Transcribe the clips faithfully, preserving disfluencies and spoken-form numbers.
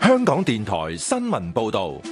香港電台新聞報道。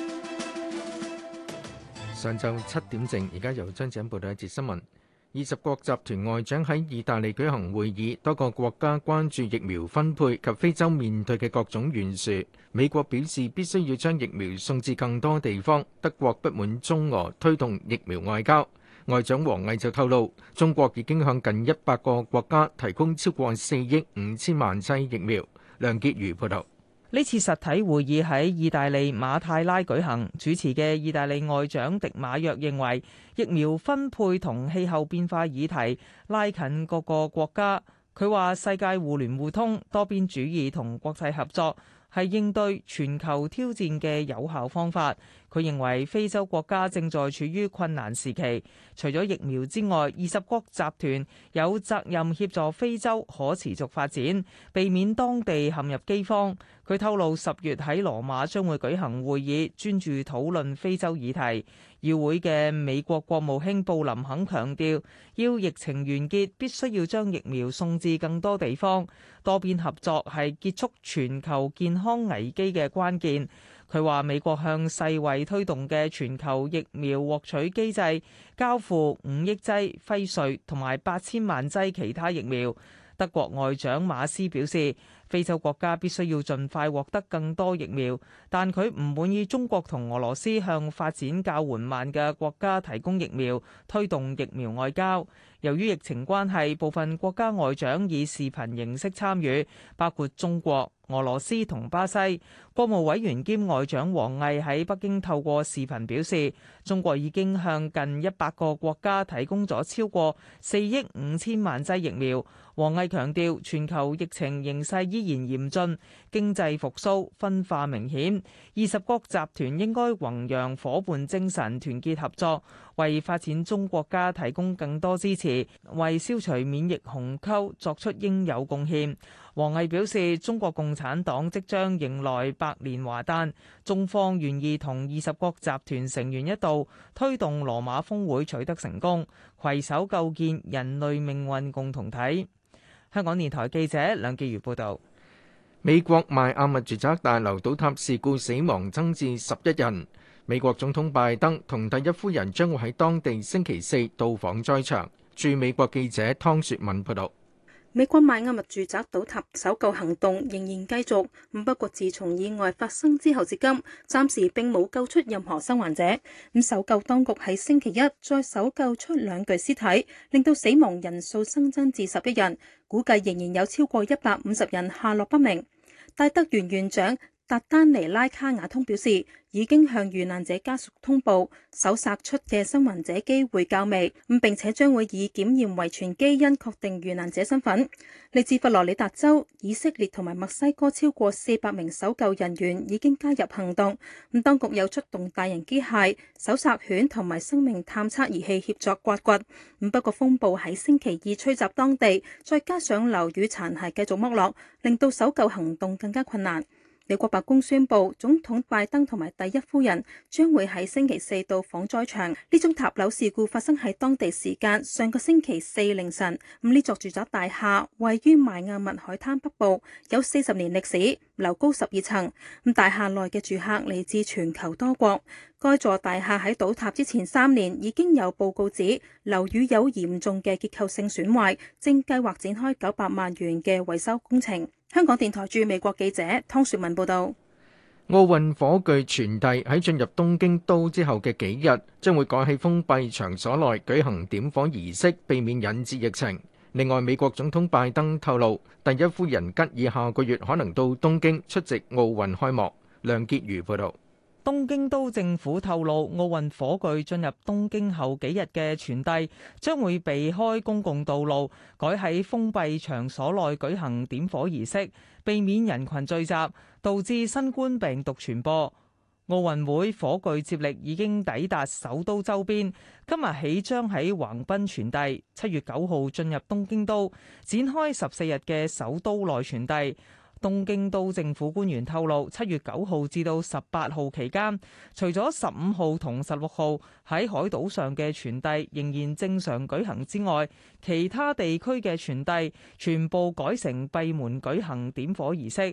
上晝七點正，而家由張子欣報道一節新聞。二十國集團外長喺意大利舉行會議，多個國家關注疫苗分配及非洲面對嘅各種懸殊。美國表示必須要將疫苗送至更多地方。德國不滿中俄推動疫苗外交。外長王毅就透露，中國已經向近一百個國家提供超過四億五千萬劑疫苗。梁潔如報道。 呢次實體會議喺意大利馬泰拉舉行，主持嘅意大利外長迪馬約認為，疫苗分配同氣候變化議題拉近各個國家。佢話世界互聯互通、多邊主義同國際合作係應對全球挑戰嘅有效方法。佢認為非洲國家正在處於困難時期，除咗疫苗之外，二十國集團有責任協助非洲可持續發展，避免當地陷入饑荒。佢透露十月喺羅馬將會舉行會議，專注討論非洲議題。與會嘅美國國務卿布林肯強調，要疫情完結，必須要將疫苗送至更多地方。多邊合作係結束全球健康危機嘅關鍵。佢話美國向世衛推動嘅全球疫苗獲取機制交付五億劑輝瑞同埋八千萬劑其他疫苗。德國外長馬斯表示，非洲國家必須要盡快獲得更多疫苗，但佢唔滿意中國同俄羅斯向發展較緩慢嘅國家提供疫苗，推動疫苗外交。由於疫情關係，部分國家外長以視頻形式參與，包括中國、俄羅斯同巴西。國務委員兼外長王毅喺北京透過視頻表示，中國已經向近一百個國家提供咗超過四億五千萬劑疫苗。王毅強調，全球疫情形勢依然嚴峻，經濟復甦分化明顯。二十國集團應該弘揚夥伴精神，團結合作，為發展中國家提供更多支持，為消除免疫鴻溝作出應有貢獻。王毅表示，中國共產黨即將迎來百年華誕，中方願意同二十國集團成員一道推動羅馬峰會取得成功，攜手構建人類命運共同體。香港電台記者梁潔如報導。 美國邁阿密住宅大樓倒塌事故死亡增至十一人。美國總統拜登同第一夫人將會喺當地星期四到訪災場。駐美國記者湯雪敏報導。 美國邁阿密住宅倒塌搜救行動仍然繼續，不過自從意外發生之後至今，暫時並冇救出任何生還者。咁搜救當局喺星期一再搜救出兩具屍體，令到死亡人數新增至十一人，估計仍然有超過一百五十人下落不明。戴德縣縣長達丹尼拉卡瓦通表示，已經向遇難者家屬通報，搜索出嘅生還者機會較微，咁並且將會以檢驗遺傳基因確定遇難者身份。嚟自佛羅里達州、以色列同埋墨西哥超過四百名搜救人員已經加入行動，咁當局有出動大型機械、搜索犬同埋生命探測儀器協助挖掘。咁不過風暴喺星期二吹襲當地，再加上樓宇殘骸繼續剝落，令到搜救行動更加困難。美國白宮宣布，總統拜登同埋第一夫人將會喺星期四到訪災場。呢宗塔樓事故發生喺當地時間上個星期四凌晨。咁呢座住宅大廈位於邁阿密海灘北部，有四十年歷史，樓高十二層。咁大廈內嘅住客嚟自全球多國。該座大廈喺倒塌之前三年已經有報告指樓宇有嚴重嘅結構性損壞，正計劃展開九百萬元嘅維修工程。香港電台駐美國記者湯雪文報道。 奧運火炬傳遞喺進入東京都之後嘅幾日，將會改喺封閉場所內舉行點火儀式，避免引致疫情。另外，美國總統拜登透露，第一夫人吉爾下個月可能到東京出席奧運開幕。梁潔如報道。 東京都政府透露，奧運火炬進入東京後幾日嘅傳遞將會避開公共道路，改喺封閉場所內舉行點火儀式，避免人群聚集，導致新冠病毒傳播。奧運會火炬接力已經抵達首都周邊，今日起將喺橫濱傳遞，七月九號進入東京都，展開十四日嘅首都內傳遞。東京都政府官員透露，七月九號至到十八號期間，除咗十五號同十六號喺海島上嘅傳遞仍然正常舉行之外，其他地區嘅傳遞全部改成閉門舉行點火儀式。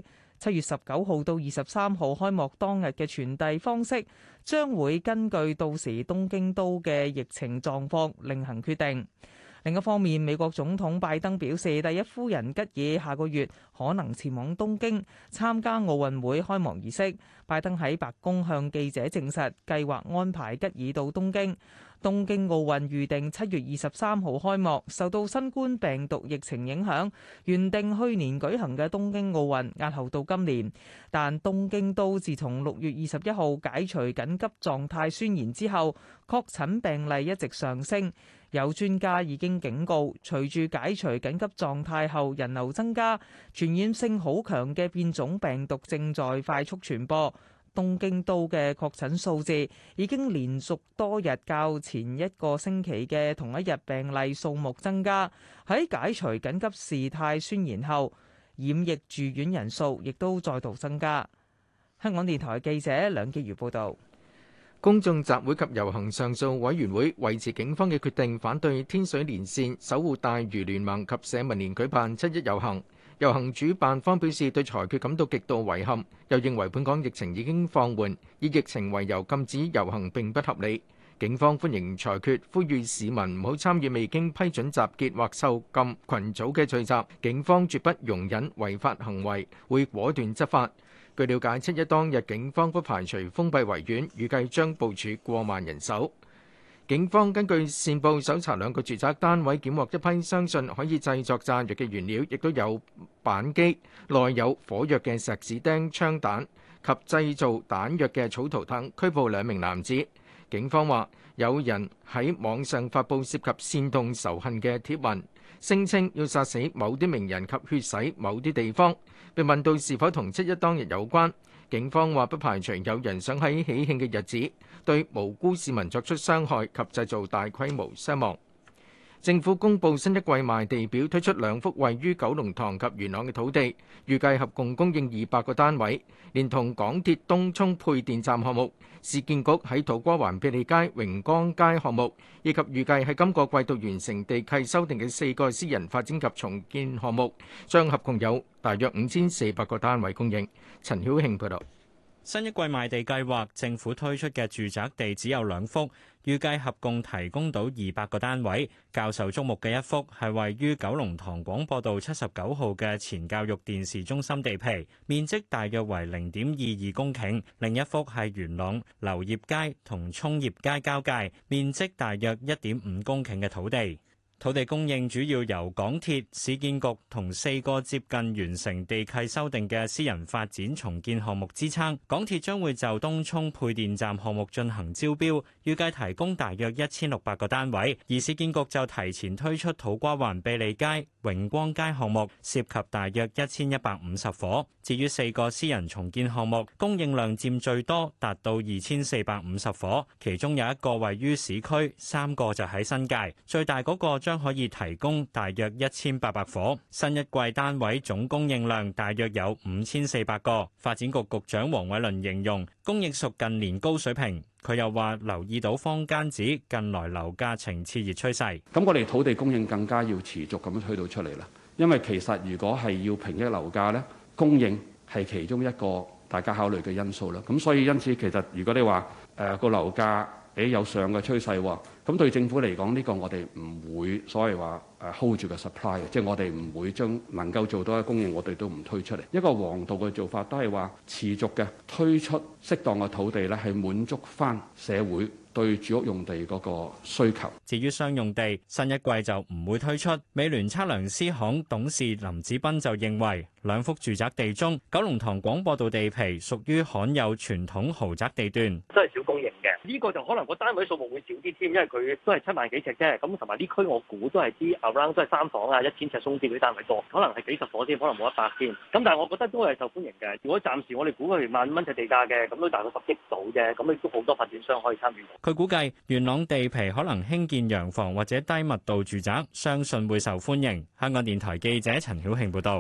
七月十九號到二十三號開幕當日嘅傳遞方式，將會根據到時東京都嘅疫情狀況另行決定。另一方面，美國總統拜登表示，第一夫人吉爾下個月可能前往東京參加奧運會開幕儀式。拜登喺白宮向記者證實，計劃安排吉爾到東京。東京奧運預定七月二十三號開幕，受到新冠病毒疫情影響，原定去年舉行嘅東京奧運押後到今年。但東京都自從六月二十一號解除緊急狀態宣言之後，確診病例一直上升。有專家已經警告，隨住解除緊急狀態後人流增加，傳染性好強嘅變種病毒正在快速傳播。東京都嘅確診數字已經連續多日較前一個星期嘅同一日病例數目增加。喺解除緊急事態宣言後，染疫住院人數亦都再度增加。香港電台記者梁潔如報導。 公眾集會及遊行上訴委員會維持警方嘅決定，反對天水連線、守護大嶼聯盟及社民連舉辦七一遊行。遊行主辦方表示對裁決感到極度遺憾，又認為本港疫情已經放緩，以疫情為由禁止遊行並不合理。警方歡迎裁決，呼籲市民唔好參與未經批准集結或受禁群組嘅聚集。警方絕不容忍違法行為，會果斷執法。據了解，七一當日警方不排除封閉維園，預計將部署過萬人手。警方根據線報搜查兩個住宅單位，檢獲一批相信可以製作炸藥嘅原料，亦都有扳機，內有火藥嘅石子釘槍彈及製造彈藥嘅草圖等，拘捕兩名男子。警方話有人喺網上發布涉及煽動仇恨嘅帖文，聲稱要殺死某啲名人及血洗某啲地方。被問到是否同七一當日有關，警方話不排除有人想喺喜慶嘅日子對無辜市民作出傷害及製造大規模傷亡。政府公布新一季賣地表，推出兩幅位於九龍塘及元朗嘅土地，預計合共供應二百個單位，連同港鐵東涌配電站項目、市建局喺土瓜灣庇利街榮光街項目，以及預計喺今個季度完成地契修訂嘅四個私人發展及重建項目，將合共有大約五千四百個單位供應。陳曉慶報道。 新一季賣地計劃，政府推出嘅住宅地只有兩幅，預計合共提供到二百個單位。較受矚目嘅一幅係位於九龍塘廣播道七十九號嘅前教育電視中心地皮，面積大約為零點二二公頃；另一幅係元朗流業街同涌業街交界，面積大約一點五公頃嘅土地。土地供應主要由港鐵、市建局同四個接近完成地契修訂嘅私人發展重建項目支撐。港鐵將會就東涌配電站項目進行招標，預計提供大約一千六百個單位。而市建局就提前推出土瓜灣庇利街、榮光街項目，涉及大約一千一百五十伙。至於四個私人重建項目，供應量佔最多，達到二千四百五十伙，其中有一個位於市區，三個就喺新界，最大嗰個將可以提供大約一千八百伙。新一季單位總供應量大約有五千四百個。發展局局長黃偉綸形容供應屬近年高水平。佢又話留意到坊間指近來樓價呈熾熱趨勢， 咁我哋土地供應更加要持續咁樣推到出嚟啦。因為其實如果係要平抑樓價咧，供應係其中一個大家考慮嘅因素啦。咁所以因此其實如果你話誒個樓價誒有上嘅趨勢喎，咁對政府嚟講呢個我哋唔會所謂話誒 hold 住個 supply 嘅，即係我哋唔會將能夠做到嘅供應我哋都唔推出嚟。一個黃道嘅做法都係話持續嘅推出適當嘅土地咧，係滿足翻社會對住屋用地嗰個需求。 至於商用地，新一季就唔會推出。美聯測量師行董事林子斌就認為，兩幅住宅地中，九龍塘廣播道地皮屬於罕有傳統豪宅地段， 真係少供應嘅。呢個就可能個單位數目會少啲添，因為佢都係七萬幾尺啫。咁同埋呢區我估都係啲 around 都係三房啊、一千尺鬆啲嗰啲單位多，可能係幾十伙添，可能冇一百添。咁但係我覺得都係受歡迎嘅。如果暫時我哋估佢萬蚊尺地價嘅，咁都大概十億到啫。咁亦都好多發展商可以參與。 佢估計元朗地皮可能興建洋房或者低密度住宅，相信會受歡迎。香港電台記者陳曉慶報導。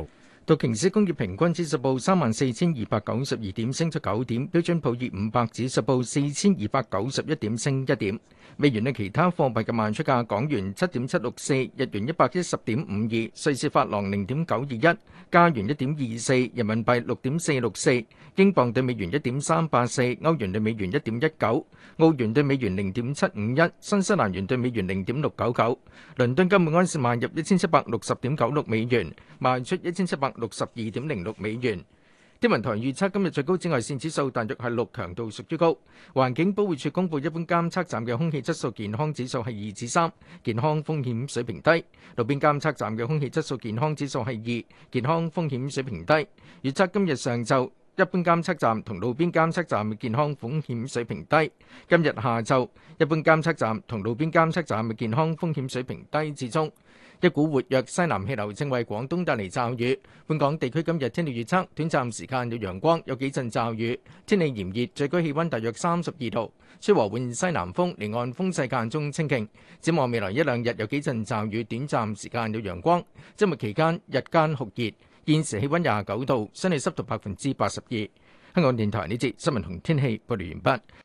道瓊斯工業平均指數報三萬四千二百九十二點，升咗九點；標準普爾五百指數報四千二百九十一點，升一點。美元對其他貨幣嘅賣出價：港元七點七六四，日元一百一十點五二，瑞士法郎零點九二一，加元一點二四，人民幣六點四六四，英鎊對美元一點三八四，歐元對美元一點一九，澳元對美元零點七五一，新西蘭元對美元零點六九九。倫敦金每安士賣入一千七百六十點九六美元，賣出一千七百六十二點零六美元。天文台預測今日最高紫外線指數大約係六，強度屬於高。環境保護署公布一般監測站嘅空氣質素健康指數係二至三，健康風險水平低；路邊監測站嘅空氣質素健康指數係二，健康風險水平低。預測今日上晝一般監測站同路邊監測站嘅健康風險水平低，今日下晝一般監測站同路邊監測站嘅健康風險水平低至中。一股活躍西南氣流正為廣東帶嚟驟雨。本港地區今日天氣預測，短暫時間有陽光，有幾陣驟雨，天氣炎熱，最高氣溫大約三十二度，吹和緩西南風，離岸風勢間中清勁。展望未來一兩日有幾陣驟雨，短暫時間有陽光。周末期間日間酷熱，現時氣溫廿九度，相對濕度百分之八十二。香港電台呢節新聞同天氣報道完畢。